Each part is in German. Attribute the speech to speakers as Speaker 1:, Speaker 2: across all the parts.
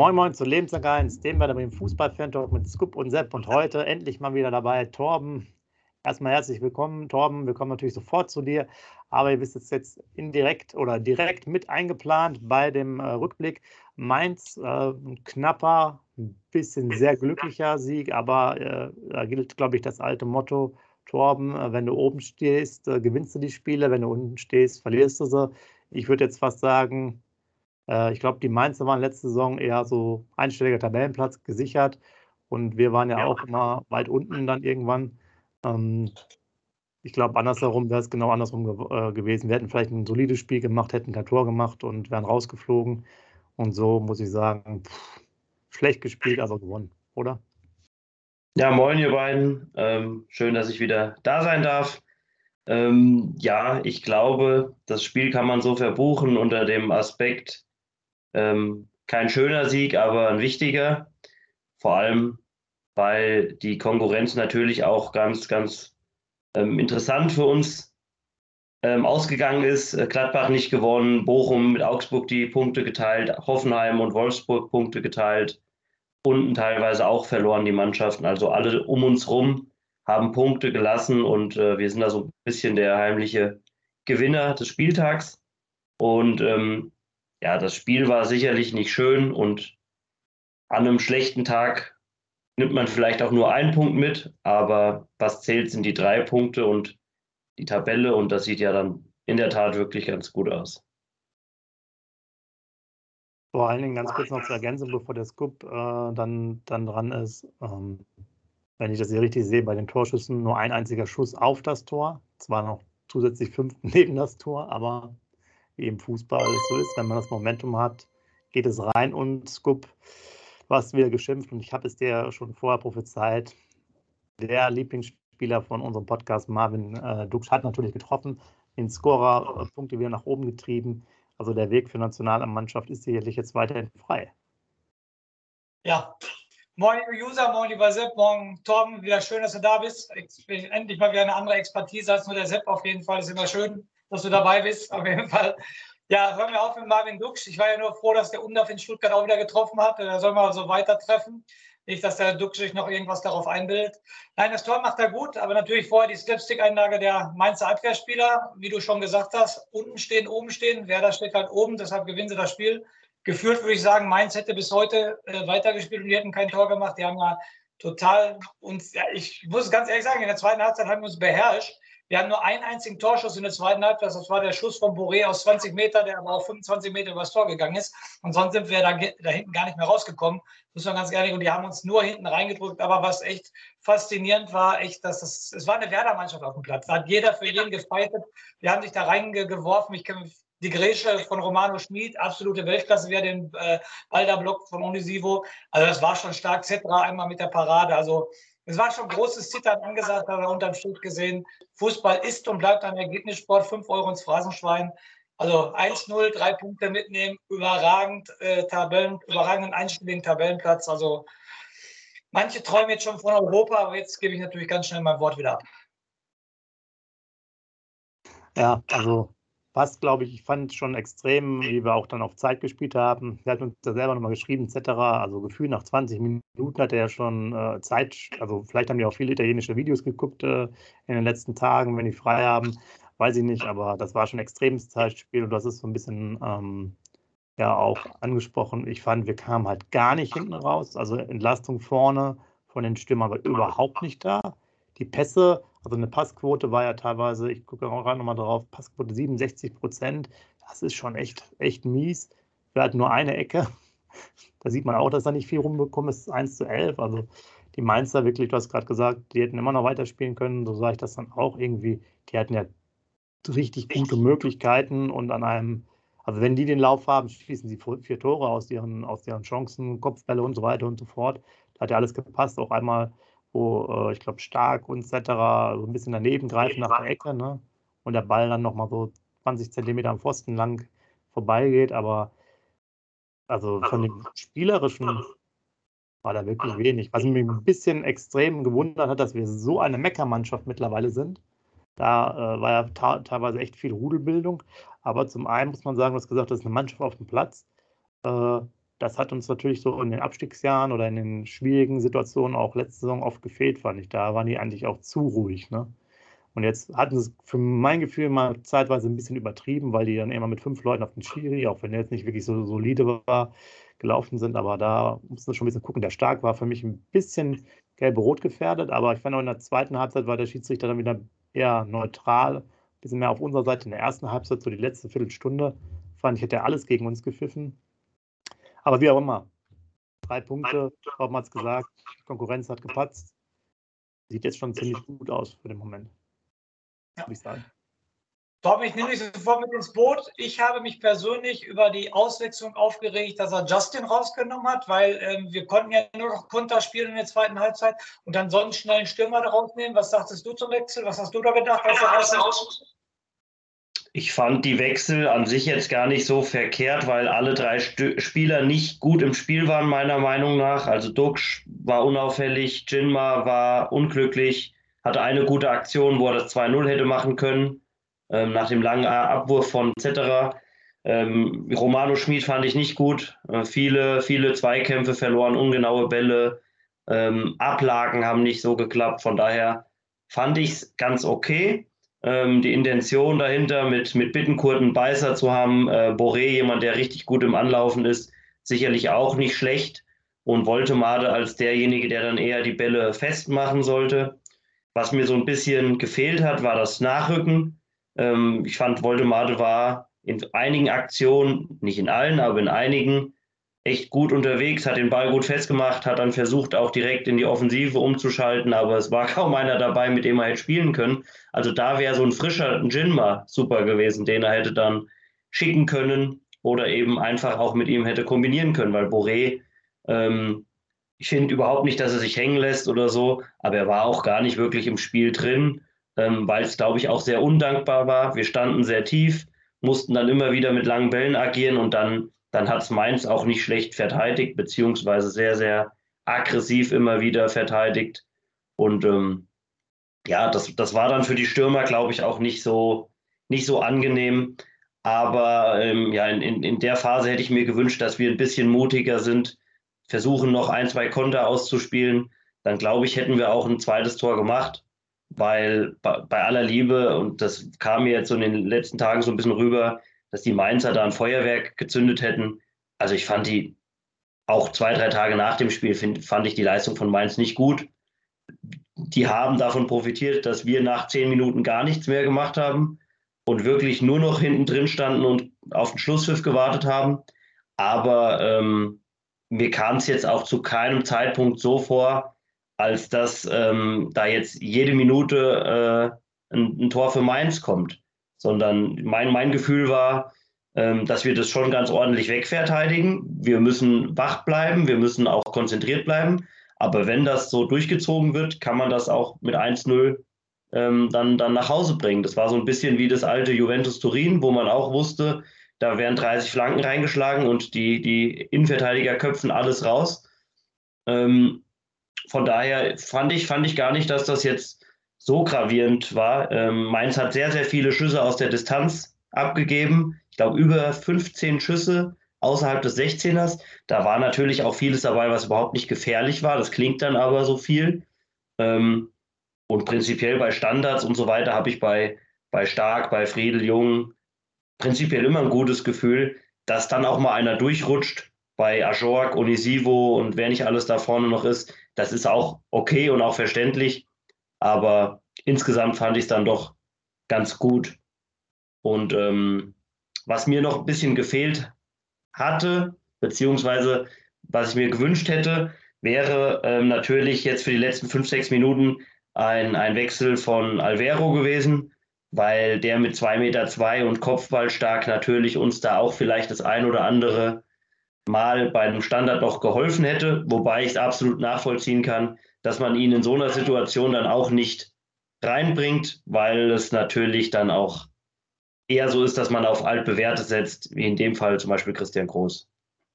Speaker 1: Moin Moin zu Lebenslang 1, dem bei dem Fußball-Fan-Talk mit Scoop und Sepp und heute endlich mal wieder dabei Torben. Erstmal herzlich willkommen, Torben. Wir kommen natürlich sofort zu dir, aber ihr wisst jetzt indirekt oder direkt mit eingeplant bei dem Rückblick. Mainz, ein knapper, ein bisschen sehr glücklicher Sieg, aber da gilt, glaube ich, das alte Motto, Torben, wenn du oben stehst, gewinnst du die Spiele, wenn du unten stehst, verlierst du sie. Ich würde jetzt fast sagen, ich glaube, die Mainzer waren letzte Saison eher so einstelliger Tabellenplatz gesichert und wir waren ja auch immer weit unten dann irgendwann. Ich glaube, andersherum wäre es genau andersrum gewesen. Wir hätten vielleicht ein solides Spiel gemacht, hätten kein Tor gemacht und wären rausgeflogen. Und so muss ich sagen, schlecht gespielt, aber gewonnen, oder?
Speaker 2: Ja, moin, ihr beiden. Schön, dass ich wieder da sein darf. Ja, ich glaube, das Spiel kann man so verbuchen unter dem Aspekt, kein schöner Sieg, aber ein wichtiger. Vor allem, weil die Konkurrenz natürlich auch ganz interessant für uns ausgegangen ist. Gladbach nicht gewonnen, Bochum mit Augsburg die Punkte geteilt, Hoffenheim und Wolfsburg Punkte geteilt. Unten teilweise auch verloren, die Mannschaften. Also alle um uns rum haben Punkte gelassen und wir sind da so ein bisschen der heimliche Gewinner des Spieltags. Und ja, das Spiel war sicherlich nicht schön und an einem schlechten Tag nimmt man vielleicht auch nur einen Punkt mit, aber was zählt, sind die 3 Punkte und die Tabelle und das sieht ja dann in der Tat wirklich ganz gut aus.
Speaker 1: Vor allen Dingen ganz kurz noch zur Ergänzung, bevor der Scoop dann dran ist. Wenn ich das hier richtig sehe, bei den Torschüssen nur ein einziger Schuss auf das Tor. Zwar noch zusätzlich 5 neben das Tor, aber wie im Fußball alles so ist, wenn man das Momentum hat, geht es rein. Und Scoop, du hast wieder geschimpft und ich habe es dir schon vorher prophezeit. Der Lieblingsspieler von unserem Podcast, Marvin Duksch, hat natürlich getroffen, den Scorer-Punkte wieder nach oben getrieben. Also der Weg für Nationalmannschaft ist sicherlich jetzt weiterhin frei.
Speaker 3: Ja, moin liebe User, moin lieber Sepp, moin Torben, wieder schön, dass du da bist. Endlich mal wieder eine andere Expertise als nur der Sepp auf jeden Fall. Ist immer schön, dass du dabei bist, auf jeden Fall. Ja, hören wir auf mit Marvin Duksch. Ich war ja nur froh, dass der Undorf in Stuttgart auch wieder getroffen hat. Da soll man so weiter treffen. Nicht, dass der Duksch sich noch irgendwas darauf einbildet. Nein, das Tor macht er gut, aber natürlich vorher die Slapstick-Einlage der Mainzer Abwehrspieler. Wie du schon gesagt hast, unten stehen, oben stehen. Werder steht halt oben, deshalb gewinnen sie das Spiel. Geführt würde ich sagen, Mainz hätte bis heute weitergespielt und die hätten kein Tor gemacht. Die haben ja total uns, ja, ich muss ganz ehrlich sagen, in der zweiten Halbzeit haben wir uns beherrscht. Wir haben nur einen einzigen Torschuss in der zweiten Halbzeit. Das war der Schuss von Boré aus 20 Meter, der aber auch 25 Meter übers Tor gegangen ist. Und sonst sind wir da hinten gar nicht mehr rausgekommen. Muss man ganz ehrlich. Und die haben uns nur hinten reingedrückt. Aber was echt faszinierend war, echt, dass es war eine Werder-Mannschaft auf dem Platz. Da hat jeder für jeden gefeitet. Die haben sich da reingeworfen. Ich kenne die Grätsche von Romano Schmid, absolute Weltklasse, wie er den Ball-da-Block von Onisivo. Also das war schon stark. Zetra einmal mit der Parade. Also es war schon großes Zittern angesagt, aber unterm Strich gesehen, Fußball ist und bleibt ein Ergebnissport, 5 Euro ins Phrasenschwein. Also 1-0, 3 Punkte mitnehmen, überragend überragenden einstelligen Tabellenplatz. Also manche träumen jetzt schon von Europa, aber jetzt gebe ich natürlich ganz schnell mein Wort wieder ab.
Speaker 1: Ja, also passt, glaube ich. Ich fand es schon extrem, wie wir auch dann auf Zeit gespielt haben. Er hat uns da selber nochmal geschrieben, etc. Also gefühlt nach 20 Minuten hat er ja schon Zeit. Also vielleicht haben die auch viele italienische Videos geguckt in den letzten Tagen, wenn die frei haben. Weiß ich nicht, aber das war schon ein extremes Zeitspiel und das ist so ein bisschen ja auch angesprochen. Ich fand, wir kamen halt gar nicht hinten raus. Also Entlastung vorne von den Stürmern war überhaupt nicht da. Die Pässe, also eine Passquote war ja teilweise, ich gucke auch gerade nochmal drauf, Passquote 67%. Das ist schon echt mies. Wir hatten nur eine Ecke. Da sieht man auch, dass da nicht viel rumbekommen ist. 1:11. Also die Mainzer wirklich, du hast gerade gesagt, die hätten immer noch weiterspielen können. So sage ich das dann auch irgendwie. Die hatten ja richtig gute Möglichkeiten und also wenn die den Lauf haben, schießen sie 4 Tore aus ihren Chancen, Kopfbälle und so weiter und so fort. Da hat ja alles gepasst. Auch einmal, wo ich glaube Stark und etc. so ein bisschen daneben greifen nach der Ecke, ne? Und der Ball dann nochmal so 20 Zentimeter am Pfosten lang vorbeigeht. Aber also von dem Spielerischen war da wirklich wenig. Was mich ein bisschen extrem gewundert hat, dass wir so eine Meckermannschaft mittlerweile sind. Da war ja teilweise echt viel Rudelbildung. Aber zum einen muss man sagen, du hast gesagt, das ist eine Mannschaft auf dem Platz. Da das hat uns natürlich so in den Abstiegsjahren oder in den schwierigen Situationen auch letzte Saison oft gefehlt, fand ich. Da waren die eigentlich auch zu ruhig, ne? Und jetzt hatten sie es für mein Gefühl mal zeitweise ein bisschen übertrieben, weil die dann immer mit 5 Leuten auf den Schiri, auch wenn der jetzt nicht wirklich so solide war, gelaufen sind. Aber da mussten wir schon ein bisschen gucken. Der Stark war für mich ein bisschen gelb-rot gefährdet, aber ich fand auch in der zweiten Halbzeit war der Schiedsrichter dann wieder eher neutral, ein bisschen mehr auf unserer Seite. In der ersten Halbzeit, so die letzte Viertelstunde, fand ich, hätte er alles gegen uns gepfiffen. Aber wie auch immer, 3 Punkte, Torben hat es gesagt, die Konkurrenz hat gepatzt. Sieht jetzt schon ziemlich gut aus für den Moment, würde ich sagen.
Speaker 3: Torben, ich nehme dich sofort mit ins Boot. Ich habe mich persönlich über die Auswechslung aufgeregt, dass er Justin rausgenommen hat, weil wir konnten ja nur noch Konter spielen in der zweiten Halbzeit und dann sonst schnell einen Stürmer daraus nehmen. Was sagtest du zum Wechsel? Was hast du da gedacht, als er raus?
Speaker 2: Ich fand die Wechsel an sich jetzt gar nicht so verkehrt, weil alle 3 Spieler nicht gut im Spiel waren, meiner Meinung nach. Also Dux war unauffällig, Jinma war unglücklich, hatte eine gute Aktion, wo er das 2-0 hätte machen können, nach dem langen Abwurf von Zetterer. Romano Schmid fand ich nicht gut. Viele Zweikämpfe verloren, ungenaue Bälle, Ablagen haben nicht so geklappt. Von daher fand ich es ganz okay. Die Intention dahinter, mit Bittencourt einen Beißer zu haben, Boré, jemand, der richtig gut im Anlaufen ist, sicherlich auch nicht schlecht. Und Woltemade als derjenige, der dann eher die Bälle festmachen sollte. Was mir so ein bisschen gefehlt hat, war das Nachrücken. Ich fand, Woltemade war in einigen Aktionen, nicht in allen, aber in einigen, echt gut unterwegs, hat den Ball gut festgemacht, hat dann versucht, auch direkt in die Offensive umzuschalten, aber es war kaum einer dabei, mit dem er hätte spielen können. Also da wäre so ein frischer Jinma super gewesen, den er hätte dann schicken können oder eben einfach auch mit ihm hätte kombinieren können, weil Boré, ich finde überhaupt nicht, dass er sich hängen lässt oder so, aber er war auch gar nicht wirklich im Spiel drin, weil es, glaube ich, auch sehr undankbar war. Wir standen sehr tief, mussten dann immer wieder mit langen Bällen agieren und dann hat es Mainz auch nicht schlecht verteidigt, beziehungsweise sehr, sehr aggressiv immer wieder verteidigt. Und ja, das war dann für die Stürmer, glaube ich, auch nicht so angenehm. Aber ja, in der Phase hätte ich mir gewünscht, dass wir ein bisschen mutiger sind, versuchen noch 1, 2 Konter auszuspielen. Dann glaube ich, hätten wir auch ein zweites Tor gemacht, weil bei aller Liebe, und das kam mir jetzt so in den letzten Tagen so ein bisschen rüber, dass die Mainzer da ein Feuerwerk gezündet hätten. Also ich fand die auch 2, 3 Tage nach dem Spiel, fand ich die Leistung von Mainz nicht gut. Die haben davon profitiert, dass wir nach 10 Minuten gar nichts mehr gemacht haben und wirklich nur noch hinten drin standen und auf den Schlusspfiff gewartet haben. Aber mir kam es jetzt auch zu keinem Zeitpunkt so vor, als dass da jetzt jede Minute ein Tor für Mainz kommt. Sondern mein Gefühl war, dass wir das schon ganz ordentlich wegverteidigen. Wir müssen wach bleiben, wir müssen auch konzentriert bleiben. Aber wenn das so durchgezogen wird, kann man das auch mit 1-0 dann nach Hause bringen. Das war so ein bisschen wie das alte Juventus Turin, wo man auch wusste, da werden 30 Flanken reingeschlagen und die Innenverteidiger köpfen alles raus. Von daher fand ich gar nicht, dass das jetzt so gravierend war. Mainz hat sehr, sehr viele Schüsse aus der Distanz abgegeben. Ich glaube, über 15 Schüsse außerhalb des 16ers. Da war natürlich auch vieles dabei, was überhaupt nicht gefährlich war. Das klingt dann aber so viel. Und prinzipiell bei Standards und so weiter habe ich bei Stark, bei Friedel, Jung prinzipiell immer ein gutes Gefühl, dass dann auch mal einer durchrutscht. Bei Ajorg, Onisivo und wer nicht alles da vorne noch ist, das ist auch okay und auch verständlich. Aber insgesamt fand ich es dann doch ganz gut. Und was mir noch ein bisschen gefehlt hatte, beziehungsweise was ich mir gewünscht hätte, wäre natürlich jetzt für die letzten 5, 6 Minuten ein Wechsel von Alvaro gewesen, weil der mit 2,2 Meter und Kopfball stark natürlich uns da auch vielleicht das ein oder andere Mal bei einem Standard noch geholfen hätte, wobei ich es absolut nachvollziehen kann, dass man ihn in so einer Situation dann auch nicht reinbringt, weil es natürlich dann auch eher so ist, dass man auf Altbewährte setzt, wie in dem Fall zum Beispiel Christian Groß.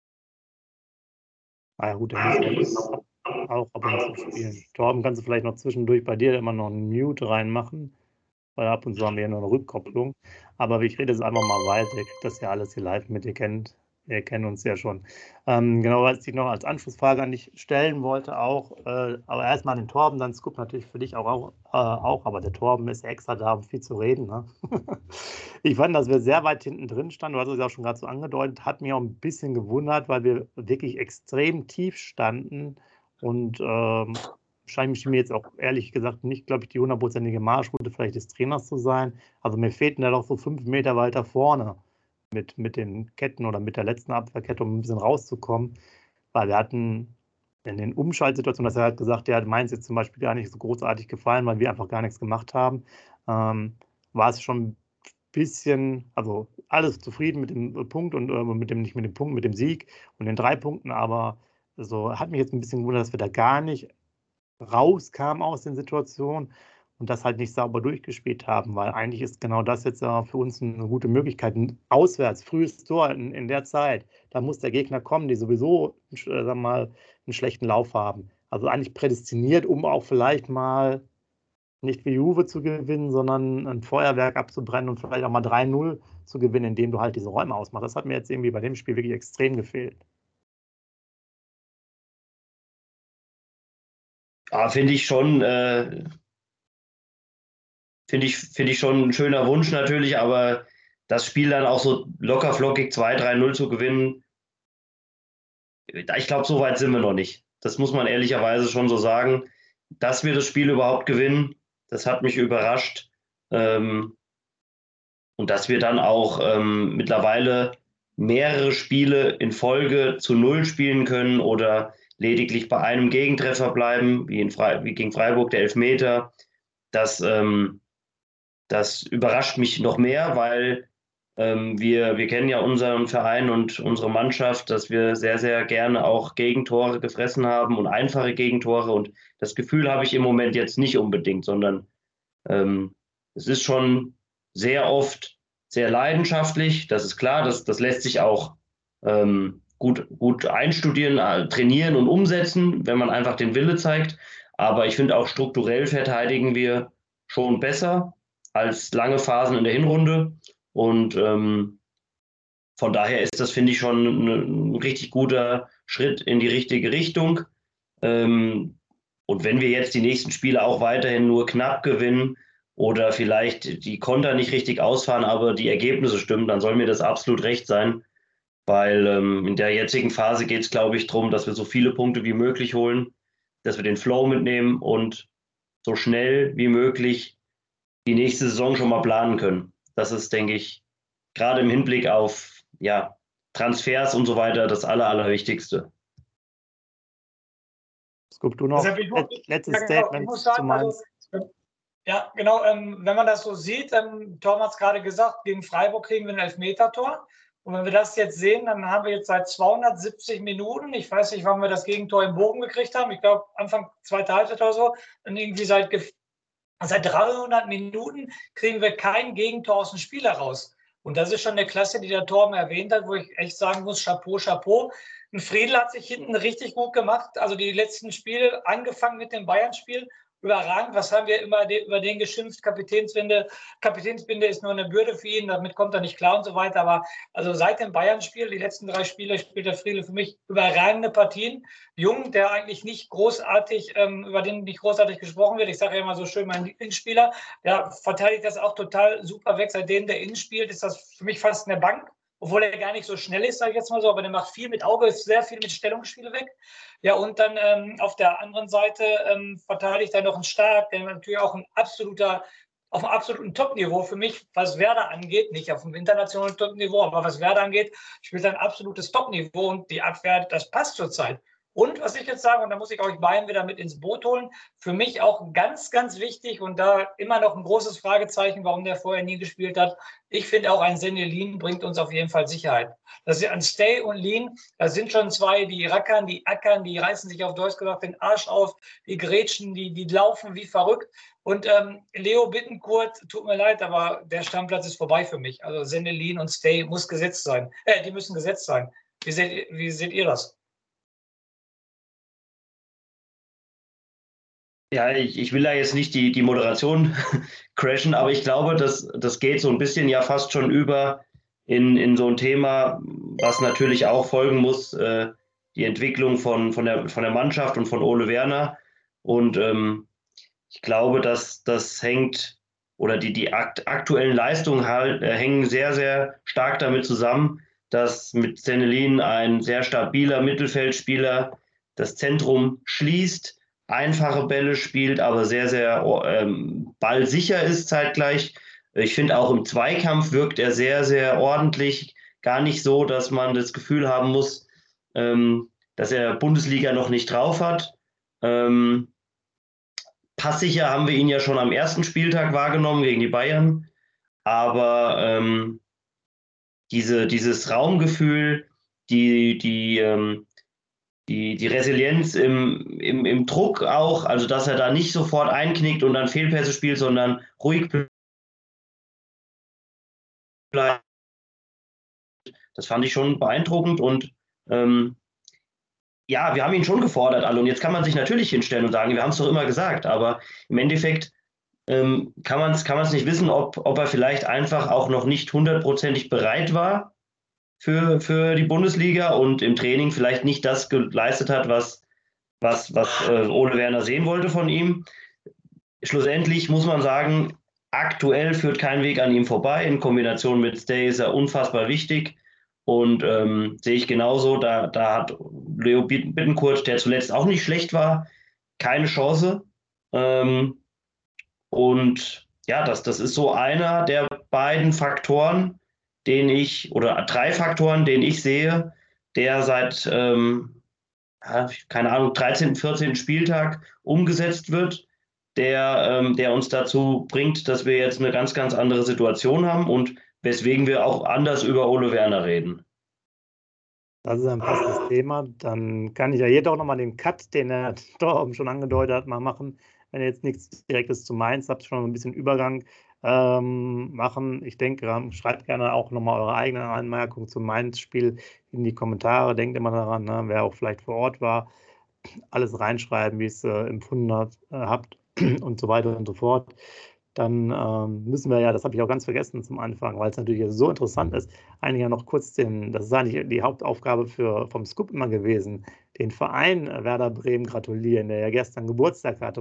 Speaker 1: Ah ja gut, der muss auch ab und zu spielen. Torben, kannst du vielleicht noch zwischendurch bei dir immer noch einen Mute reinmachen, weil ab und zu haben wir ja nur eine Rückkopplung. Aber ich rede jetzt einfach mal weiter. Ihr kriegt das ja alles hier live mit, ihr kennt Wir kennen uns ja schon. Genau, was ich noch als Anschlussfrage an dich stellen wollte auch, aber erstmal an den Torben, dann Scoop natürlich für dich auch, aber der Torben ist ja extra da, um viel zu reden. Ne? Ich fand, dass wir sehr weit hinten drin standen, du hast es ja auch schon gerade so angedeutet, hat mich auch ein bisschen gewundert, weil wir wirklich extrem tief standen und scheint mir jetzt auch ehrlich gesagt nicht, glaube ich, die 100%ige Marschroute vielleicht des Trainers zu sein. Also mir fehlten da doch so 5 Meter weiter vorne mit den Ketten oder mit der letzten Abwehrkette, um ein bisschen rauszukommen, weil wir hatten in den Umschaltsituationen, dass er halt gesagt, ja, Mainz jetzt zum Beispiel gar nicht so großartig gefallen, weil wir einfach gar nichts gemacht haben, war es schon ein bisschen, also alles zufrieden mit dem Punkt und nicht mit dem Punkt, mit dem Sieg und den 3 Punkten, aber so hat mich jetzt ein bisschen gewundert, dass wir da gar nicht rauskamen aus den Situationen und das halt nicht sauber durchgespielt haben, weil eigentlich ist genau das jetzt für uns eine gute Möglichkeit. Auswärts, frühes Tor in der Zeit, da muss der Gegner kommen, die sowieso, sagen wir mal, einen schlechten Lauf haben. Also eigentlich prädestiniert, um auch vielleicht mal nicht wie Juve zu gewinnen, sondern ein Feuerwerk abzubrennen und vielleicht auch mal 3-0 zu gewinnen, indem du halt diese Räume ausmachst. Das hat mir jetzt irgendwie bei dem Spiel wirklich extrem gefehlt.
Speaker 2: Ja, finde ich schon ein schöner Wunsch natürlich, aber das Spiel dann auch so locker flockig 2-3-0 zu gewinnen, ich glaube, so weit sind wir noch nicht. Das muss man ehrlicherweise schon so sagen. Dass wir das Spiel überhaupt gewinnen, das hat mich überrascht. Und dass wir dann auch mittlerweile mehrere Spiele in Folge zu 0 spielen können oder lediglich bei einem Gegentreffer bleiben, wie gegen Freiburg der Elfmeter, das überrascht mich noch mehr, weil wir kennen ja unseren Verein und unsere Mannschaft, dass wir sehr, sehr gerne auch Gegentore gefressen haben und einfache Gegentore. Und das Gefühl habe ich im Moment jetzt nicht unbedingt, sondern es ist schon sehr oft sehr leidenschaftlich. Das ist klar, das lässt sich auch gut einstudieren, trainieren und umsetzen, wenn man einfach den Wille zeigt. Aber ich finde auch strukturell verteidigen wir schon besser als lange Phasen in der Hinrunde. Und von daher ist das, finde ich, schon ein richtig guter Schritt in die richtige Richtung. Und wenn wir jetzt die nächsten Spiele auch weiterhin nur knapp gewinnen oder vielleicht die Konter nicht richtig ausfahren, aber die Ergebnisse stimmen, dann soll mir das absolut recht sein. Weil in der jetzigen Phase geht es, glaube ich, darum, dass wir so viele Punkte wie möglich holen, dass wir den Flow mitnehmen und so schnell wie möglich die nächste Saison schon mal planen können. Das ist, denke ich, gerade im Hinblick auf Transfers und so weiter das Allerwichtigste.
Speaker 1: Scoop, du noch letztes Statement zu Mainz?
Speaker 3: Ja, genau. Wenn man das so sieht, Torben hat es gerade gesagt, gegen Freiburg kriegen wir ein Elfmetertor. Und wenn wir das jetzt sehen, dann haben wir jetzt seit 270 Minuten, ich weiß nicht, wann wir das Gegentor im Bogen gekriegt haben, ich glaube Anfang zweiter Halbzeit oder so, dann irgendwie seit 300 Minuten kriegen wir kein Gegentor aus dem Spiel heraus. Und das ist schon eine Klasse, die der Torben erwähnt hat, wo ich echt sagen muss, Chapeau, Chapeau. Ein Friedl hat sich hinten richtig gut gemacht. Also die letzten Spiele, angefangen mit dem Bayern-Spiel, überragend. Was haben wir immer über den geschimpft? Kapitänsbinde ist nur eine Bürde für ihn, damit kommt er nicht klar und so weiter. Aber also seit dem Bayern-Spiel, die letzten 3 Spiele, spielt der Friedl für mich überragende Partien. Jung, der eigentlich nicht großartig, über den nicht großartig gesprochen wird. Ich sage ja immer so schön, mein Lieblingsspieler, der verteidigt das auch total super weg. Seitdem der innen spielt, ist das für mich fast eine Bank. Obwohl er gar nicht so schnell ist, sage ich jetzt mal so, aber der macht viel mit Auge, ist sehr viel mit Stellungsspiel weg. Ja, und dann auf der anderen Seite verteidigt er noch einen Stark, der natürlich auch auf einem absoluten Top-Niveau für mich, was Werder angeht, nicht auf dem internationalen Top-Niveau, aber was Werder angeht, spielt er ein absolutes Top-Niveau und die Abwehr, das passt zurzeit. Und was ich jetzt sage, und da muss ich euch beiden wieder mit ins Boot holen, für mich auch ganz, ganz wichtig und da immer noch ein großes Fragezeichen, warum der vorher nie gespielt hat. Ich finde auch ein Senelin bringt uns auf jeden Fall Sicherheit. Das ist an Stay und Lean, da sind schon zwei, die rackern, die ackern, die reißen sich auf Deutsch gesagt den Arsch auf, die grätschen, die laufen wie verrückt. Und Leo Bittencourt, tut mir leid, aber der Stammplatz ist vorbei für mich. Also Senelin und Stay muss gesetzt sein. Die müssen gesetzt sein. Wie seht ihr das?
Speaker 2: Ja, ich will da jetzt nicht die Moderation crashen, aber ich glaube, das geht so ein bisschen ja fast schon über in so ein Thema, was natürlich auch folgen muss, die Entwicklung von der Mannschaft und von Ole Werner. Und ich glaube, dass das hängt, oder die aktuellen Leistungen halt, hängen sehr, sehr stark damit zusammen, dass mit Zenelin ein sehr stabiler Mittelfeldspieler das Zentrum schließt, einfache Bälle spielt, aber sehr, sehr ballsicher ist zeitgleich. Ich finde, auch im Zweikampf wirkt er sehr, sehr ordentlich. Gar nicht so, dass man das Gefühl haben muss, dass er Bundesliga noch nicht drauf hat. Passsicher haben wir ihn ja schon am ersten Spieltag wahrgenommen gegen die Bayern. Aber dieses Raumgefühl, die Resilienz im Druck auch, also dass er da nicht sofort einknickt und dann Fehlpässe spielt, sondern ruhig bleibt, das fand ich schon beeindruckend. Und ja, wir haben ihn schon gefordert alle. Und jetzt kann man sich natürlich hinstellen und sagen, wir haben es doch immer gesagt, aber im Endeffekt kann man es nicht wissen, ob er vielleicht einfach auch noch nicht hundertprozentig bereit war für die Bundesliga und im Training vielleicht nicht das geleistet hat, was Ole Werner sehen wollte von ihm. Schlussendlich muss man sagen, aktuell führt kein Weg an ihm vorbei. In Kombination mit Stay ist er unfassbar wichtig. Und sehe ich genauso, da hat Leo Bittencourt, der zuletzt auch nicht schlecht war, keine Chance. Und ja, das ist so einer der beiden Faktoren, oder 3 Faktoren, den ich sehe, der seit, keine Ahnung, 13., 14. Spieltag umgesetzt wird, der uns dazu bringt, dass wir jetzt eine ganz, ganz andere Situation haben und weswegen wir auch anders über Ole Werner reden.
Speaker 1: Das ist ein passendes Thema. Dann kann ich ja hier doch nochmal den Cut, den der Torben schon angedeutet hat, mal machen. Wenn ihr jetzt nichts Direktes zu Mainz habt, schon ein bisschen Übergang machen. Ich denke, schreibt gerne auch nochmal eure eigenen Anmerkungen zum Mainz-Spiel in die Kommentare. Denkt immer daran, ne, wer auch vielleicht vor Ort war, alles reinschreiben, wie es empfunden habt und so weiter und so fort. Dann müssen wir ja, das habe ich auch ganz vergessen zum Anfang, weil es natürlich so interessant ist, eigentlich ja noch kurz das ist eigentlich die Hauptaufgabe vom Scoop immer gewesen, den Verein Werder Bremen gratulieren, der ja gestern Geburtstag hatte,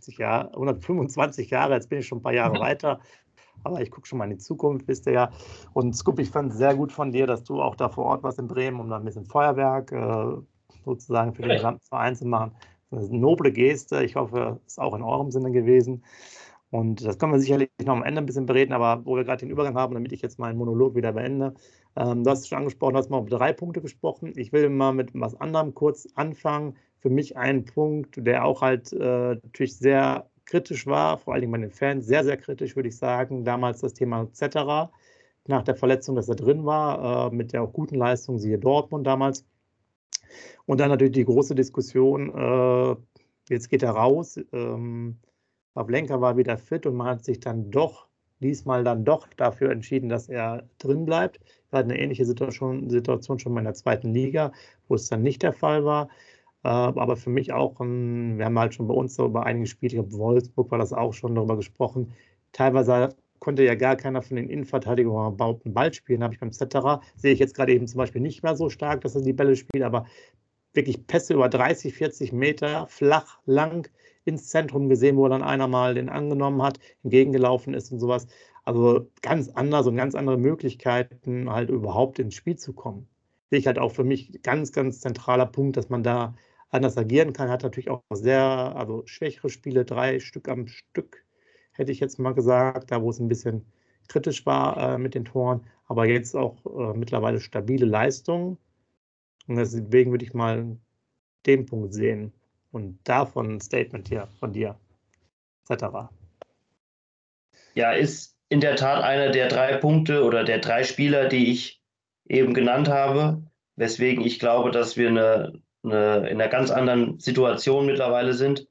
Speaker 1: 125 Jahre, jetzt bin ich schon ein paar Jahre weiter, aber ich gucke schon mal in die Zukunft, wisst ihr ja. Und Scoop, ich fand es sehr gut von dir, dass du auch da vor Ort warst in Bremen, um da ein bisschen Feuerwerk sozusagen für den gesamten Verein zu machen. Das ist eine noble Geste, ich hoffe, es ist auch in eurem Sinne gewesen. Und das können wir sicherlich noch am Ende ein bisschen bereden, aber wo wir gerade den Übergang haben, damit ich jetzt meinen Monolog wieder beende. Du hast es schon angesprochen, du hast mal über 3 Punkte gesprochen. Ich will mal mit was anderem kurz anfangen. Für mich ein Punkt, der auch halt natürlich sehr kritisch war, vor allen Dingen bei den Fans, sehr, sehr kritisch, würde ich sagen. Damals das Thema Zetterer, nach der Verletzung, dass er drin war, mit der auch guten Leistung, siehe Dortmund damals. Und dann natürlich die große Diskussion, jetzt geht er raus. Pavlenka war wieder fit und man hat sich dann diesmal doch dafür entschieden, dass er drin bleibt. Wir hatten eine ähnliche Situation schon mal in der 2. Liga, wo es dann nicht der Fall war. Aber für mich auch, wir haben halt schon bei uns so über einige Spiele, ich glaube Wolfsburg war das auch schon, darüber gesprochen. Teilweise konnte ja gar keiner von den Innenverteidigern überhaupt einen Ball spielen, habe ich beim Zetterer. Sehe ich jetzt gerade eben zum Beispiel nicht mehr so stark, dass er die Bälle spielt, aber wirklich Pässe über 30, 40 Meter, flach, lang, ins Zentrum gesehen, wo dann einer mal den angenommen hat, entgegengelaufen ist und sowas. Also ganz anders und ganz andere Möglichkeiten, halt überhaupt ins Spiel zu kommen. Sehe ich halt auch für mich ganz, ganz zentraler Punkt, dass man da anders agieren kann. Hat natürlich auch also schwächere Spiele, 3 Stück am Stück, hätte ich jetzt mal gesagt, da wo es ein bisschen kritisch war mit den Toren, aber jetzt auch mittlerweile stabile Leistungen. Und deswegen würde ich mal den Punkt sehen. Und davon ein Statement hier von dir, etc.
Speaker 2: Ja, ist in der Tat einer der 3 Punkte oder der 3 Spieler, die ich eben genannt habe, weswegen ich glaube, dass wir in einer ganz anderen Situation mittlerweile sind.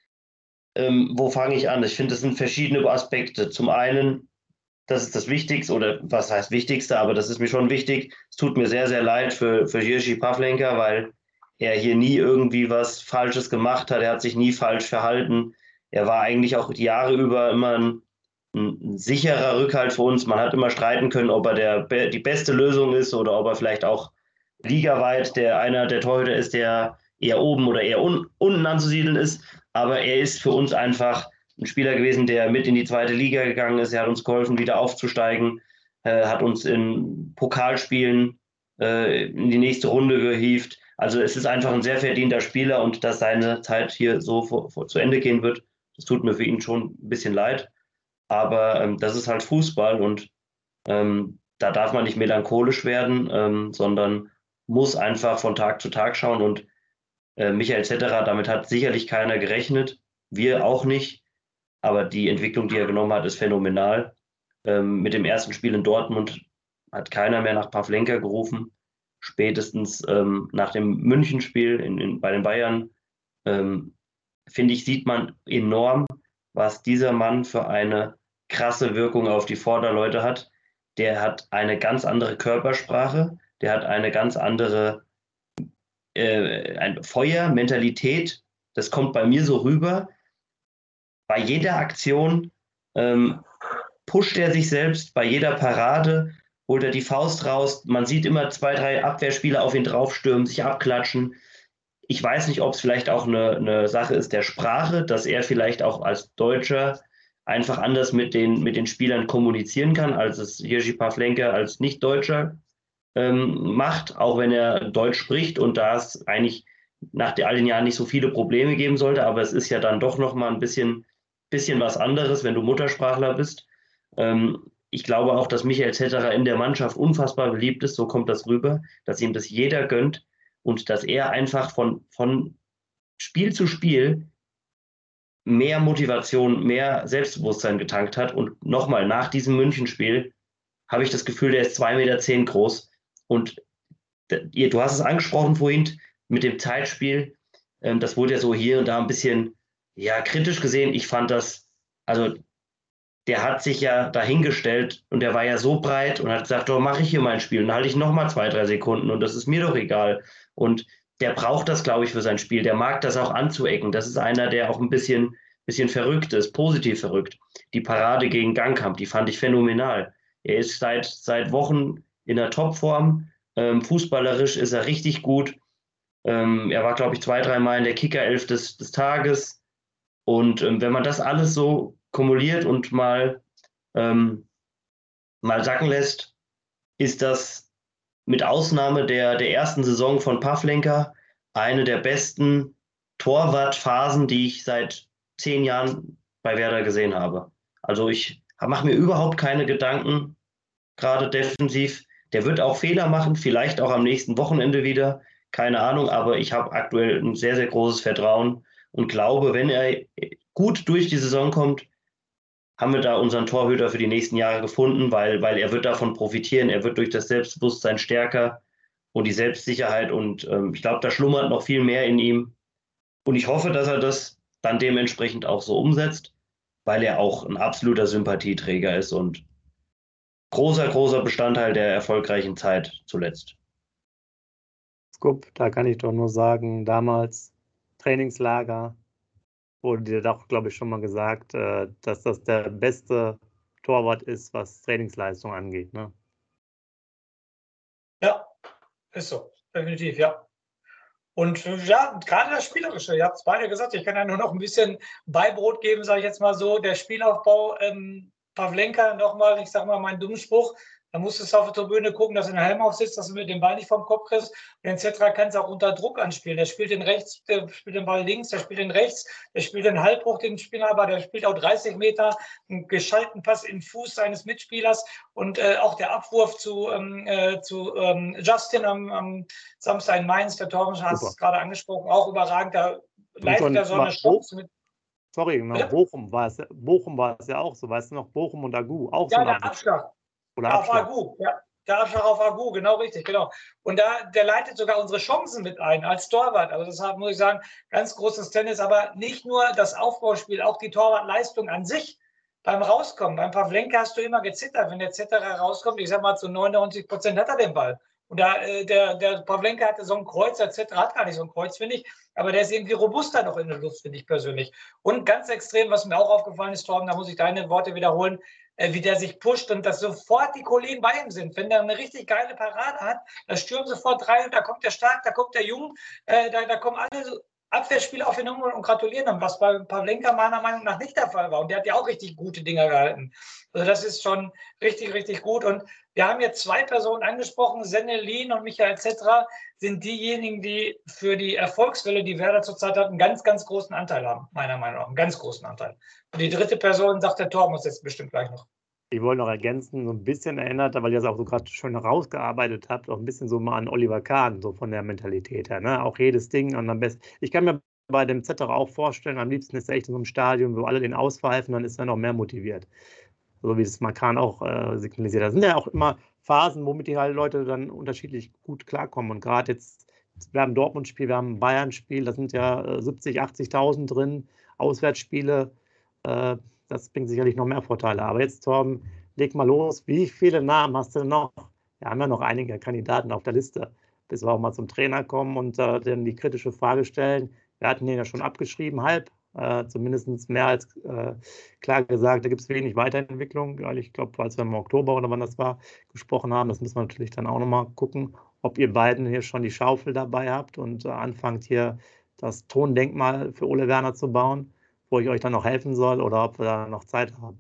Speaker 2: Wo fange ich an? Ich finde, das sind verschiedene Aspekte. Zum einen, das ist das Wichtigste, oder was heißt Wichtigste, aber das ist mir schon wichtig. Es tut mir sehr, sehr leid für Jiří Pavlenka, weil er hier nie irgendwie was Falsches gemacht hat. Er hat sich nie falsch verhalten. Er war eigentlich auch die Jahre über immer ein sicherer Rückhalt für uns. Man hat immer streiten können, ob er die beste Lösung ist oder ob er vielleicht auch ligaweit einer der Torhüter ist, der eher oben oder eher unten anzusiedeln ist. Aber er ist für uns einfach ein Spieler gewesen, der mit in die zweite Liga gegangen ist. Er hat uns geholfen, wieder aufzusteigen, hat uns in Pokalspielen in die nächste Runde gehievt. Also es ist einfach ein sehr verdienter Spieler, und dass seine Zeit hier so zu Ende gehen wird, das tut mir für ihn schon ein bisschen leid. Aber das ist halt Fußball, und da darf man nicht melancholisch werden, sondern muss einfach von Tag zu Tag schauen. Und Michael Zetterer, damit hat sicherlich keiner gerechnet, wir auch nicht. Aber die Entwicklung, die er genommen hat, ist phänomenal. Mit dem ersten Spiel in Dortmund hat keiner mehr nach Pavlenka gerufen. Spätestens nach dem Münchenspiel bei den Bayern, finde ich, sieht man enorm, was dieser Mann für eine krasse Wirkung auf die Vorderleute hat. Der hat eine ganz andere Körpersprache, der hat eine ganz andere Feuer, Mentalität. Das kommt bei mir so rüber. Bei jeder Aktion pusht er sich selbst, bei jeder Parade holt er die Faust raus. Man sieht immer 2, 3 Abwehrspieler auf ihn draufstürmen, sich abklatschen. Ich weiß nicht, ob es vielleicht auch eine Sache ist der Sprache, dass er vielleicht auch als Deutscher einfach anders mit den Spielern kommunizieren kann, als es Jiří Pavlenka als Nicht-Deutscher macht, auch wenn er Deutsch spricht und da es eigentlich nach all den Jahren nicht so viele Probleme geben sollte, aber es ist ja dann doch nochmal ein bisschen was anderes, wenn du Muttersprachler bist. Ich glaube auch, dass Michael Zetterer in der Mannschaft unfassbar beliebt ist, so kommt das rüber, dass ihm das jeder gönnt und dass er einfach von Spiel zu Spiel mehr Motivation, mehr Selbstbewusstsein getankt hat. Und nochmal, nach diesem Münchenspiel habe ich das Gefühl, der ist 2,10 Meter groß. Und du hast es angesprochen vorhin mit dem Zeitspiel. Das wurde ja so hier und da ein bisschen kritisch gesehen. Ich fand das, also der hat sich ja dahingestellt und der war ja so breit und hat gesagt, doch, mache ich hier mein Spiel. Und dann halte ich nochmal 2, 3 Sekunden und das ist mir doch egal. Und der braucht das, glaube ich, für sein Spiel. Der mag das auch anzuecken. Das ist einer, der auch ein bisschen verrückt ist, positiv verrückt. Die Parade gegen Gangkamp, die fand ich phänomenal. Er ist seit Wochen in der Topform. Fußballerisch ist er richtig gut. Er war, glaube ich, 2, 3 Mal in der Kicker-Elf des Tages. Und wenn man das alles so kumuliert und mal sacken lässt, ist das mit Ausnahme der ersten Saison von Pavlenka eine der besten Torwartphasen, die ich seit 10 Jahren bei Werder gesehen habe. Also ich mache mir überhaupt keine Gedanken, gerade defensiv. Der wird auch Fehler machen, vielleicht auch am nächsten Wochenende wieder, keine Ahnung, aber ich habe aktuell ein sehr, sehr großes Vertrauen und glaube, wenn er gut durch die Saison kommt, haben wir da unseren Torhüter für die nächsten Jahre gefunden, weil er wird davon profitieren, er wird durch das Selbstbewusstsein stärker und die Selbstsicherheit und ich glaube, da schlummert noch viel mehr in ihm und ich hoffe, dass er das dann dementsprechend auch so umsetzt, weil er auch ein absoluter Sympathieträger ist und großer Bestandteil der erfolgreichen Zeit zuletzt.
Speaker 1: Skup, da kann ich doch nur sagen, damals Trainingslager wurde dir doch, glaube ich, schon mal gesagt, dass das der beste Torwart ist, was Trainingsleistung angeht, ne?
Speaker 3: Ja, ist so, definitiv, ja. Und ja, gerade das Spielerische, ihr habt es beide gesagt, ich kann ja nur noch ein bisschen Beibrot geben, sage ich jetzt mal so, der Spielaufbau, Pavlenka, nochmal, ich sage mal meinen dummen Spruch, da musstest du auf der Tribüne gucken, dass du den Helm aufsitzt, dass du mit dem Ball nicht vom Kopf kriegst. Und etc. kannst du auch unter Druck anspielen. Der spielt den rechts, der spielt den Ball links, der spielt den rechts, der spielt den Halbbruch, den Spieler, aber der spielt auch 30 Meter, einen geschalten Pass in den Fuß seines Mitspielers und auch der Abwurf zu Justin am Samstag in Mainz, der Torben hat es gerade angesprochen, auch überragend. Da leitet er so eine Chance mit.
Speaker 1: Sorry, genau, ja? Bochum war es ja auch so, weißt du noch, Bochum und Agu, auch
Speaker 3: ja,
Speaker 1: so
Speaker 3: der Abschlag.
Speaker 1: Oder
Speaker 3: ja, Abschlag. Auf Agu, ja. Der Abschlag auf Agu, genau richtig, genau. Und der leitet sogar unsere Chancen mit ein als Torwart. Also deshalb muss ich sagen, ganz großes Tennis, aber nicht nur das Aufbauspiel, auch die Torwartleistung an sich beim Rauskommen. Beim Pavlenka hast du immer gezittert, wenn der Zetterer rauskommt, ich sag mal zu 99% hat er den Ball. Und da, der Pawlenka hatte so ein Kreuz, der Z hat gar nicht so ein Kreuz, finde ich. Aber der ist irgendwie robuster noch in der Luft, finde ich persönlich. Und ganz extrem, was mir auch aufgefallen ist, Torben, da muss ich deine Worte wiederholen, wie der sich pusht und dass sofort die Kollegen bei ihm sind. Wenn der eine richtig geile Parade hat, da stürmen sofort rein und da kommt der Stark, da kommt der Jung, da kommen alle Abwehrspieler auf ihn um und gratulieren ihm, was bei Pawlenka meiner Meinung nach nicht der Fall war. Und der hat ja auch richtig gute Dinger gehalten. Also das ist schon richtig, richtig gut. Und wir haben jetzt 2 Personen angesprochen, Sennelin und Michael Zetra, sind diejenigen, die für die Erfolgswelle, die Werder zurzeit hat, einen ganz, ganz großen Anteil haben, meiner Meinung nach, einen ganz großen Anteil. Und die 3. Person, sagt der Torben uns jetzt bestimmt gleich noch.
Speaker 1: Ich wollte noch ergänzen, so ein bisschen erinnert, weil ihr das auch so gerade schön herausgearbeitet habt, auch ein bisschen so mal an Oliver Kahn, so von der Mentalität her. Ne? Auch jedes Ding und am besten. Ich kann mir bei dem Zetterer auch vorstellen, am liebsten ist er echt in so einem Stadion, wo alle den auspfeifen, dann ist er noch mehr motiviert. So wie es Kahn auch signalisiert. Da sind ja auch immer Phasen, womit die halt Leute dann unterschiedlich gut klarkommen. Und gerade jetzt, wir haben ein Dortmund-Spiel, wir haben ein Bayern-Spiel, da sind ja 70.000, 80.000 drin, Auswärtsspiele. Das bringt sicherlich noch mehr Vorteile. Aber jetzt, Torben, leg mal los. Wie viele Namen hast du noch? Wir haben ja noch einige Kandidaten auf der Liste, bis wir auch mal zum Trainer kommen und dann die kritische Frage stellen. Wir hatten den ja schon abgeschrieben, halb. Zumindest mehr als klar gesagt, da gibt es wenig Weiterentwicklung. Weil ich glaube, als wir im Oktober oder wann das war, gesprochen haben, das müssen wir natürlich dann auch nochmal gucken, ob ihr beiden hier schon die Schaufel dabei habt und anfangt hier das Tondenkmal für Ole Werner zu bauen, wo ich euch dann noch helfen soll oder ob wir da noch Zeit haben.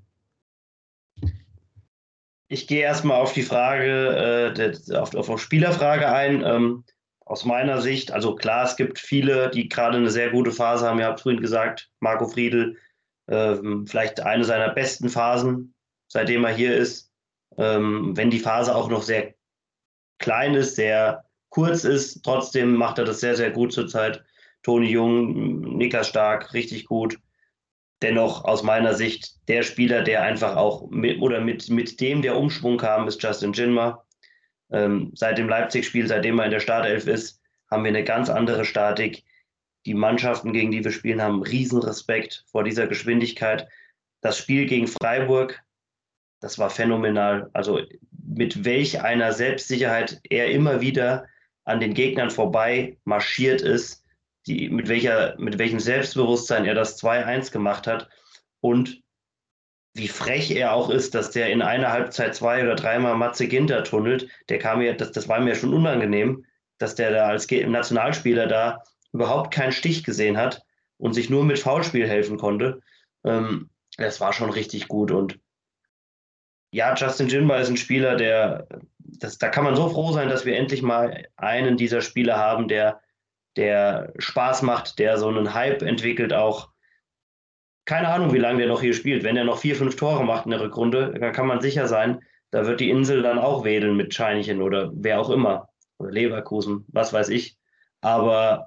Speaker 2: Ich gehe erstmal auf die Frage, auf die Spielerfrage ein. Aus meiner Sicht, also klar, es gibt viele, die gerade eine sehr gute Phase haben. Ihr habt vorhin gesagt, Marco Friedl, vielleicht eine seiner besten Phasen, seitdem er hier ist. Wenn die Phase auch noch sehr klein ist, sehr kurz ist, trotzdem macht er das sehr, sehr gut zurzeit. Toni Jung, Niklas Stark, richtig gut. Dennoch aus meiner Sicht der Spieler, der einfach auch mit dem der Umschwung kam, ist Justin Jinma. Seit dem Leipzig-Spiel, seitdem er in der Startelf ist, haben wir eine ganz andere Statik. Die Mannschaften, gegen die wir spielen, haben riesen Respekt vor dieser Geschwindigkeit. Das Spiel gegen Freiburg, das war phänomenal. Also mit welch einer Selbstsicherheit er immer wieder an den Gegnern vorbei marschiert ist, mit welchem Selbstbewusstsein er das 2-1 gemacht hat und wie frech er auch ist, dass der in einer Halbzeit 2 oder 3-mal Matze Ginter tunnelt. Das war mir schon unangenehm, dass der da als Nationalspieler da überhaupt keinen Stich gesehen hat und sich nur mit Foulspiel helfen konnte. Das war schon richtig gut. Und ja, Justin Jinma ist ein Spieler, da kann man so froh sein, dass wir endlich mal einen dieser Spieler haben, der Spaß macht, der so einen Hype entwickelt auch. Keine Ahnung, wie lange der noch hier spielt. Wenn er noch 4, 5 Tore macht in der Rückrunde, dann kann man sicher sein, da wird die Insel dann auch wedeln mit Scheinchen oder wer auch immer. Oder Leverkusen, was weiß ich. Aber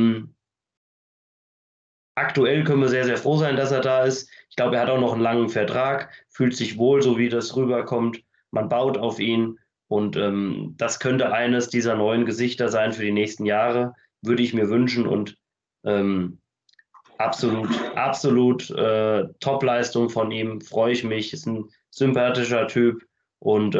Speaker 2: aktuell können wir sehr, sehr froh sein, dass er da ist. Ich glaube, er hat auch noch einen langen Vertrag, fühlt sich wohl, so wie das rüberkommt. Man baut auf ihn und das könnte eines dieser neuen Gesichter sein für die nächsten Jahre, würde ich mir wünschen und absolut Top-Leistung von ihm, freue ich mich, ist ein sympathischer Typ und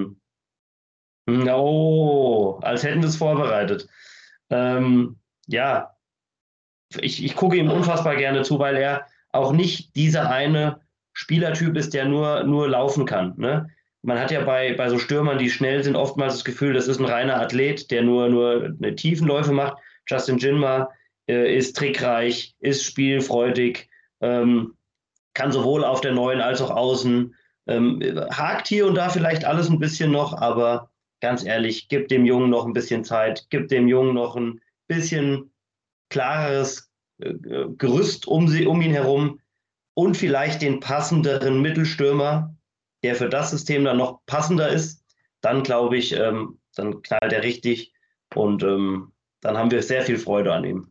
Speaker 2: als hätten wir es vorbereitet. Ja, ich gucke ihm unfassbar gerne zu, weil er auch nicht dieser eine Spielertyp ist, der nur laufen kann. Ne? Man hat ja bei so Stürmern, die schnell sind, oftmals das Gefühl, das ist ein reiner Athlet, der nur Tiefenläufe macht. Justin Jinma ist trickreich, ist spielfreudig, kann sowohl auf der neuen als auch außen, hakt hier und da vielleicht alles ein bisschen noch, aber ganz ehrlich, gib dem Jungen noch ein bisschen Zeit, gib dem Jungen noch ein bisschen klareres Gerüst um ihn herum und vielleicht den passenderen Mittelstürmer, der für das System dann noch passender ist, dann glaube ich, dann knallt er richtig und dann haben wir sehr viel Freude an ihm.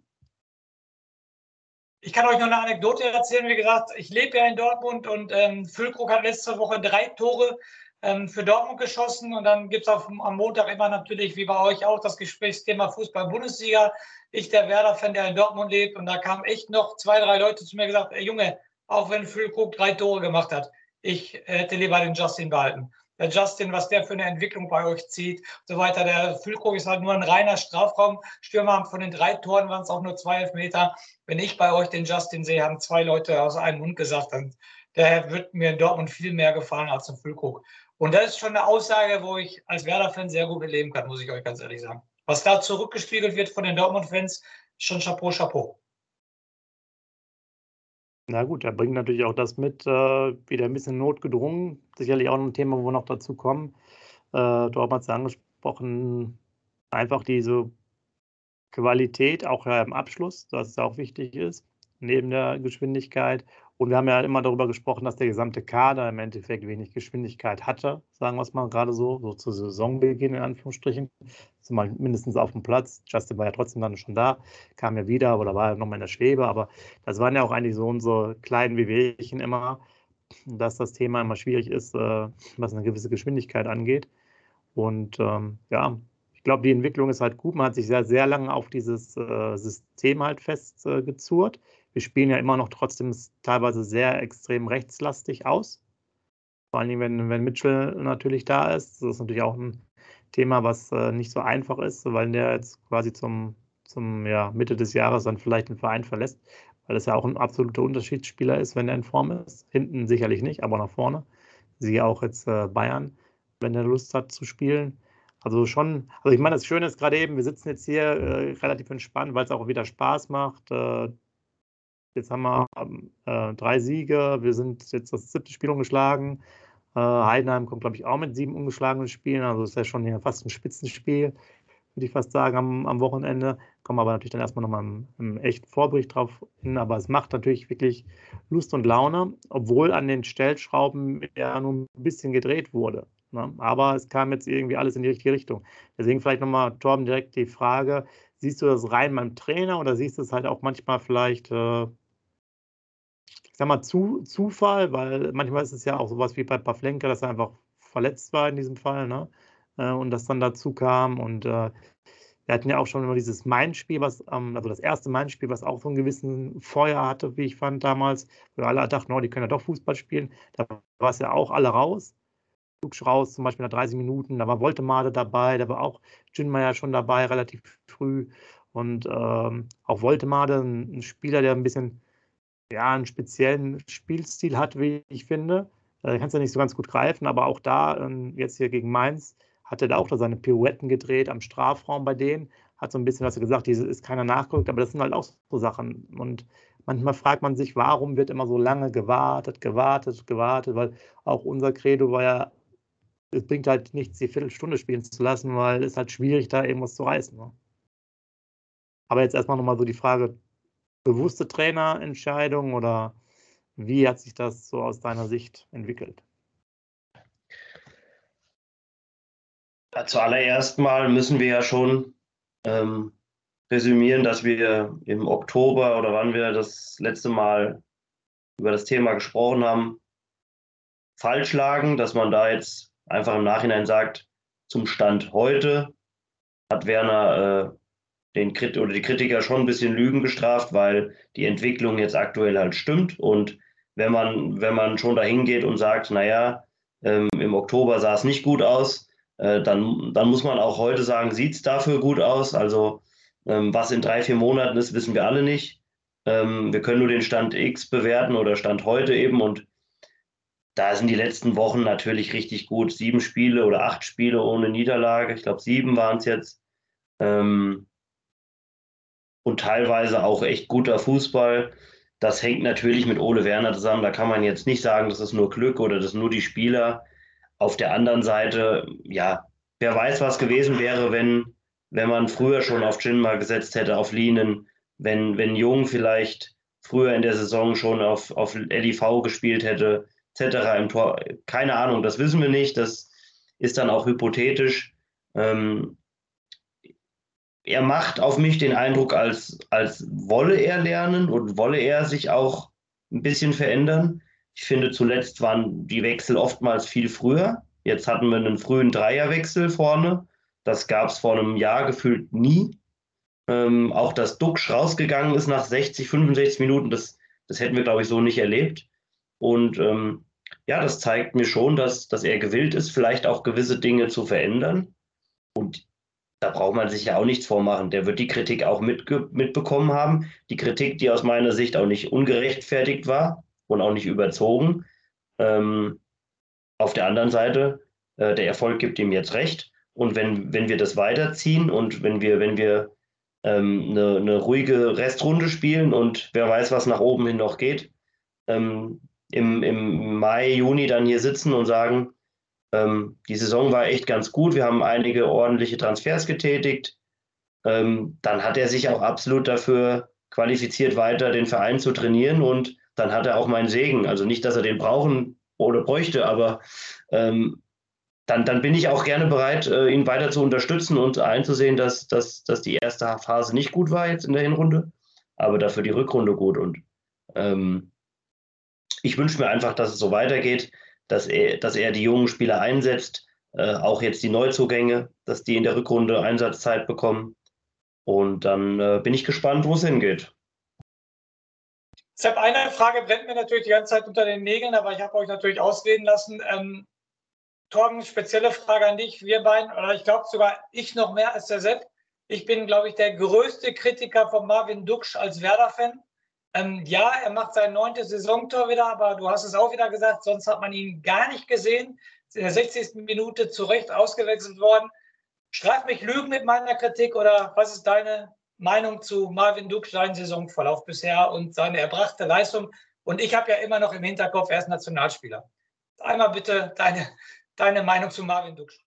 Speaker 3: Ich kann euch noch eine Anekdote erzählen. Wie gesagt, ich lebe ja in Dortmund und Füllkrug hat letzte Woche 3 Tore für Dortmund geschossen. Und dann gibt es am Montag immer natürlich, wie bei euch auch, das Gesprächsthema Fußball-Bundesliga. Ich, der Werder-Fan, der in Dortmund lebt. Und da kamen echt noch 2, 3 Leute zu mir gesagt, Junge, auch wenn Füllkrug 3 Tore gemacht hat, ich hätte lieber den Justin behalten. der Justin, was der für eine Entwicklung bei euch zieht und so weiter. Der Füllkrug ist halt nur ein reiner Strafraumstürmer. Von den 3 Toren waren es auch nur 2 Elfmeter. Wenn ich bei euch den Justin sehe, haben 2 Leute aus einem Mund gesagt, dann der wird mir in Dortmund viel mehr gefallen als ein Füllkrug. Und das ist schon eine Aussage, wo ich als Werder-Fan sehr gut leben kann, muss ich euch ganz ehrlich sagen. Was da zurückgespiegelt wird von den Dortmund-Fans, schon Chapeau, Chapeau.
Speaker 1: Na gut, er bringt natürlich auch das mit, wieder ein bisschen notgedrungen. Sicherlich auch ein Thema, wo wir noch dazu kommen. Torben hat es angesprochen, einfach diese Qualität, auch im Abschluss, dass es auch wichtig ist, neben der Geschwindigkeit. Und wir haben ja immer darüber gesprochen, dass der gesamte Kader im Endeffekt wenig Geschwindigkeit hatte, sagen wir es mal gerade so zu Saisonbeginn in Anführungsstrichen. Zumal mindestens auf dem Platz. Justin war ja trotzdem dann schon da, kam ja wieder oder war ja nochmal in der Schwebe. Aber das waren ja auch eigentlich so unsere kleinen Wehwehchen immer, dass das Thema immer schwierig ist, was eine gewisse Geschwindigkeit angeht. Und ja, ich glaube, die Entwicklung ist halt gut. Man hat sich sehr, sehr lange auf dieses System halt festgezurrt. Wir spielen ja immer noch trotzdem teilweise sehr extrem rechtslastig aus. Vor allen Dingen, wenn Mitchell natürlich da ist. Das ist natürlich auch ein Thema, was nicht so einfach ist, weil der jetzt quasi zum Mitte des Jahres dann vielleicht den Verein verlässt, weil das ja auch ein absoluter Unterschiedsspieler ist, wenn er in Form ist. Hinten sicherlich nicht, aber nach vorne. Siehe auch jetzt Bayern, wenn er Lust hat zu spielen. Also schon, also ich meine, das Schöne ist gerade eben, wir sitzen jetzt hier relativ entspannt, weil es auch wieder Spaß macht. Jetzt haben wir 3 Siege, wir sind jetzt das 7. Spiel ungeschlagen. Heidenheim kommt, glaube ich, auch mit 7 ungeschlagenen Spielen, also ist ja schon hier fast ein Spitzenspiel, würde ich fast sagen, am Wochenende. Kommen aber natürlich dann erstmal nochmal im echten Vorbericht drauf hin, aber es macht natürlich wirklich Lust und Laune, obwohl an den Stellschrauben ja nur ein bisschen gedreht wurde. Ne? Aber es kam jetzt irgendwie alles in die richtige Richtung. Deswegen vielleicht nochmal, Torben, direkt die Frage, siehst du das rein beim Trainer oder siehst du es halt auch manchmal vielleicht ich sag mal, Zufall, weil manchmal ist es ja auch sowas wie bei Pavlenka, dass er einfach verletzt war in diesem Fall, ne? Und das dann dazu kam. Und wir hatten ja auch schon immer dieses Main-Spiel, also das erste Main-Spiel, was auch so einen gewissen Feuer hatte, wie ich fand damals, wo alle dachten, oh, die können ja doch Fußball spielen. Da war es ja auch alle raus. Luksch raus, zum Beispiel nach 30 Minuten, da war Woltemade dabei, da war auch Djinmeier schon dabei, relativ früh. Und auch Woltemade, ein Spieler, der ein bisschen einen speziellen Spielstil hat, wie ich finde. Da kannst du nicht so ganz gut greifen, aber auch da, jetzt hier gegen Mainz, hat er da auch da seine Pirouetten gedreht am Strafraum bei denen. Hat so ein bisschen, was er gesagt, diese ist keiner nachgerückt, aber das sind halt auch so Sachen. Und manchmal fragt man sich, warum wird immer so lange gewartet, weil auch unser Credo war ja, es bringt halt nichts, die Viertelstunde spielen zu lassen, weil es halt schwierig, da irgendwas zu reißen. Ne? Aber jetzt erstmal nochmal so die Frage, bewusste Trainerentscheidung oder wie hat sich das so aus deiner Sicht entwickelt?
Speaker 2: Zuallererst mal müssen wir ja schon resümieren, dass wir im Oktober oder wann wir das letzte Mal über das Thema gesprochen haben, falsch lagen, dass man da jetzt einfach im Nachhinein sagt, zum Stand heute hat Werner die Kritiker schon ein bisschen Lügen gestraft, weil die Entwicklung jetzt aktuell halt stimmt. Und wenn man schon dahin geht und sagt, naja, im Oktober sah es nicht gut aus, dann muss man auch heute sagen, sieht es dafür gut aus. Also was in 3, 4 Monaten ist, wissen wir alle nicht. Wir können nur den Stand X bewerten oder Stand heute eben. Und da sind die letzten Wochen natürlich richtig gut. 7 Spiele oder 8 Spiele ohne Niederlage. Ich glaube, 7 waren es jetzt. Und teilweise auch echt guter Fußball. Das hängt natürlich mit Ole Werner zusammen. Da kann man jetzt nicht sagen, das ist nur Glück oder das sind nur die Spieler. Auf der anderen Seite, ja, wer weiß, was gewesen wäre, wenn man früher schon auf Djinma gesetzt hätte, auf Lienen, wenn Jung vielleicht früher in der Saison schon auf LIV gespielt hätte, etc. im Tor. Keine Ahnung, das wissen wir nicht. Das ist dann auch hypothetisch. Er macht auf mich den Eindruck, als wolle er lernen und wolle er sich auch ein bisschen verändern. Ich finde, zuletzt waren die Wechsel oftmals viel früher. Jetzt hatten wir einen frühen Dreierwechsel vorne. Das gab es vor einem Jahr gefühlt nie. Auch dass Duxch rausgegangen ist nach 60, 65 Minuten, das hätten wir, glaube ich, so nicht erlebt. Und ja, das zeigt mir schon, dass er gewillt ist, vielleicht auch gewisse Dinge zu verändern. Und da braucht man sich ja auch nichts vormachen. Der wird die Kritik auch mitbekommen haben. Die Kritik, die aus meiner Sicht auch nicht ungerechtfertigt war und auch nicht überzogen. Auf der anderen Seite, der Erfolg gibt ihm jetzt recht. Und wenn wir das weiterziehen und wenn wir eine ruhige Restrunde spielen und wer weiß, was nach oben hin noch geht, im Mai, Juni dann hier sitzen und sagen, die Saison war echt ganz gut, wir haben einige ordentliche Transfers getätigt, dann hat er sich auch absolut dafür qualifiziert, weiter den Verein zu trainieren und dann hat er auch meinen Segen. Also nicht, dass er den brauchen oder bräuchte, aber dann bin ich auch gerne bereit, ihn weiter zu unterstützen und einzusehen, dass die erste Phase nicht gut war jetzt in der Hinrunde, aber dafür die Rückrunde gut. Und ich wünsche mir einfach, dass es so weitergeht, dass er die jungen Spieler einsetzt, auch jetzt die Neuzugänge, dass die in der Rückrunde Einsatzzeit bekommen. Und dann bin ich gespannt, wo es hingeht.
Speaker 3: Deshalb eine Frage brennt mir natürlich die ganze Zeit unter den Nägeln, aber ich habe euch natürlich ausreden lassen. Torben, spezielle Frage an dich, wir beiden, oder ich glaube sogar ich noch mehr als der Sepp. Ich bin, glaube ich, der größte Kritiker von Marvin Duksch als Werder-Fan. Ja, er macht sein 9. Saisontor wieder, aber du hast es auch wieder gesagt, sonst hat man ihn gar nicht gesehen. Ist in der 60. Minute zu Recht ausgewechselt worden. Streif mich Lügen mit meiner Kritik oder was ist deine Meinung zu Marvin Duksch, seinen Saisonverlauf bisher und seine erbrachte Leistung? Und ich habe ja immer noch im Hinterkopf, er ist Nationalspieler. Einmal bitte deine Meinung zu Marvin Duksch.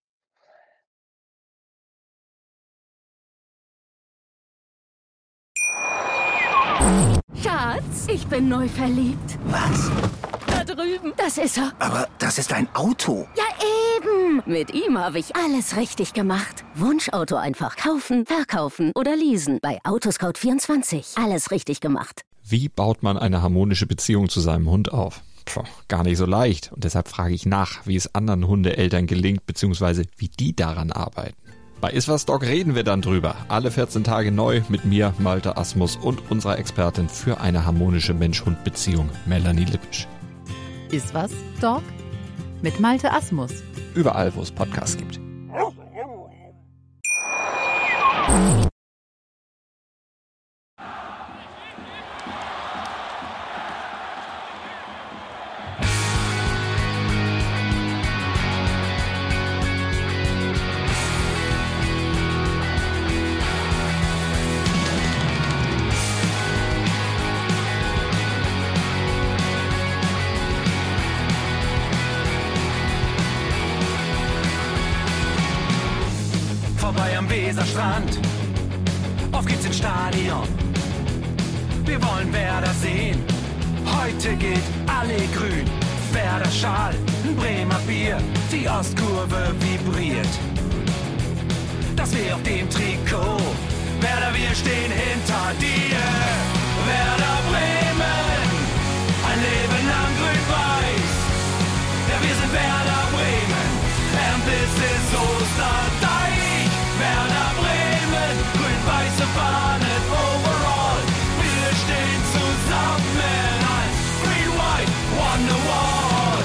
Speaker 4: Schatz, ich bin neu verliebt.
Speaker 5: Was?
Speaker 4: Da drüben. Das ist er.
Speaker 5: Aber das ist ein Auto.
Speaker 4: Ja, eben. Mit ihm habe ich alles richtig gemacht. Wunschauto einfach kaufen, verkaufen oder leasen. Bei Autoscout24. Alles richtig gemacht.
Speaker 6: Wie baut man eine harmonische Beziehung zu seinem Hund auf? Gar nicht so leicht. Und deshalb frage ich nach, wie es anderen Hundeeltern gelingt, beziehungsweise wie die daran arbeiten. Bei Iswas Dog reden wir dann drüber. Alle 14 Tage neu mit mir, Malte Asmus und unserer Expertin für eine harmonische Mensch-Hund-Beziehung, Melanie Lippisch.
Speaker 7: Iswas Dog mit Malte Asmus.
Speaker 6: Überall, wo es Podcasts gibt.
Speaker 8: Weserstrand, auf geht's ins Stadion. Wir wollen Werder sehen, heute gilt alle grün. Werder Schal, ein Bremer Bier, die Ostkurve vibriert. Das wir auf dem Trikot, Werder, wir stehen hinter dir. Werder Bremen, ein Leben lang grün-weiß. Ja, wir sind Werder Bremen, and this is Osterdeich. Werder Bremen, grün-weiße Fahnen overall. Wir stehen zusammen als Green-White Wonderwall.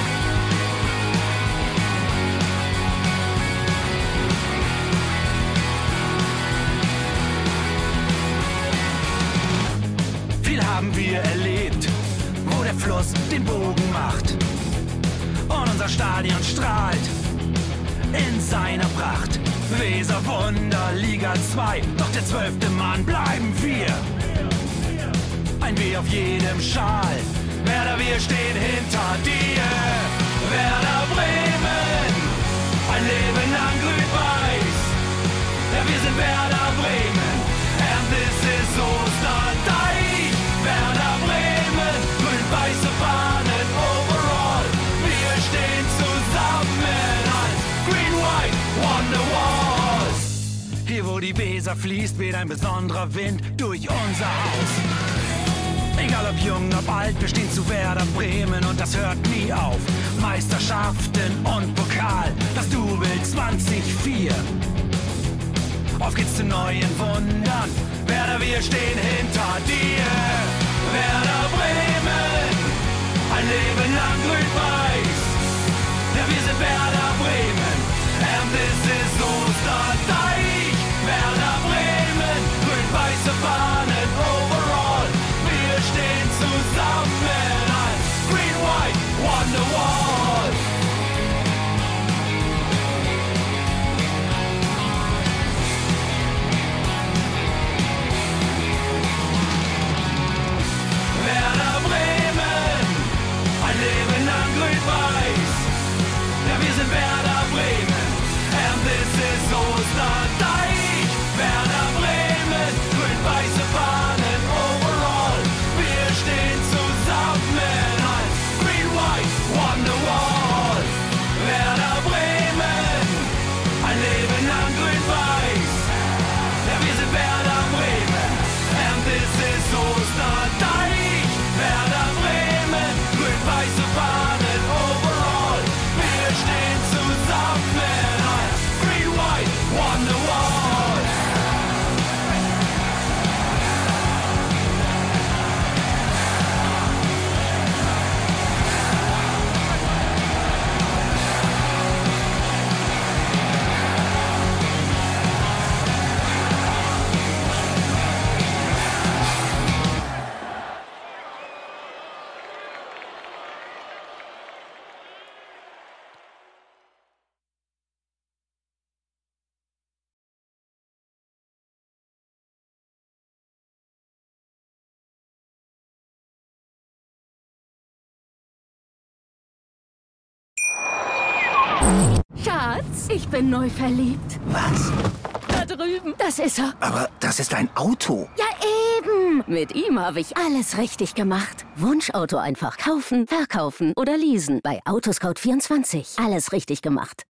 Speaker 8: Viel haben wir erlebt, wo der Fluss den Bogen macht. Und unser Stadion strahlt in seiner Pracht. Weserwunder, Liga 2, doch der 12. Mann bleiben wir. Ein W auf jedem Schal, Werder, wir stehen hinter dir. Werder Bremen, ein Leben lang grün-weiß. Ja, wir sind Werder Bremen, and this is Osterdeich. Werder Bremen, grün-weiße Fahnen overall. Wir stehen zusammen als Green-White Wonderwall. Hier, wo die Weser fließt, weht ein besonderer Wind durch unser Haus. Egal ob jung, ob alt, wir stehen zu Werder Bremen und das hört nie auf. Meisterschaften und Pokal, das Double 2004. Auf geht's zu neuen Wundern, Werder, wir stehen hinter dir. Werder Bremen, ein Leben lang grün-weiß. Ja, wir sind Werder Bremen, and this is Osterdeich. Werder Bremen, grün-weiße Fahnen overall. Wir stehen zusammen als Green White Wonderwall. Werder Bremen, ein Leben lang grün-weiß. Ja, wir sind Werder Bremen, and this is Osterdeich. Werder Bremen, grün-weiße Fahnen overall. Wir stehen zusammen als Green White Wonderwall. Werder Bremen, ein Leben lang grün-weiß. Ja, wir sind Werder Bremen, and this is Osterdeich. Werder Bremen, grün-weiße Fahnen overall. Wir stehen zusammen als Green White Wonderwall.
Speaker 4: Schatz, ich bin neu verliebt.
Speaker 5: Was?
Speaker 4: Da drüben. Das ist er.
Speaker 5: Aber das ist ein Auto.
Speaker 4: Ja, eben. Mit ihm habe ich alles richtig gemacht. Wunschauto einfach kaufen, verkaufen oder leasen. Bei Autoscout24. Alles richtig gemacht.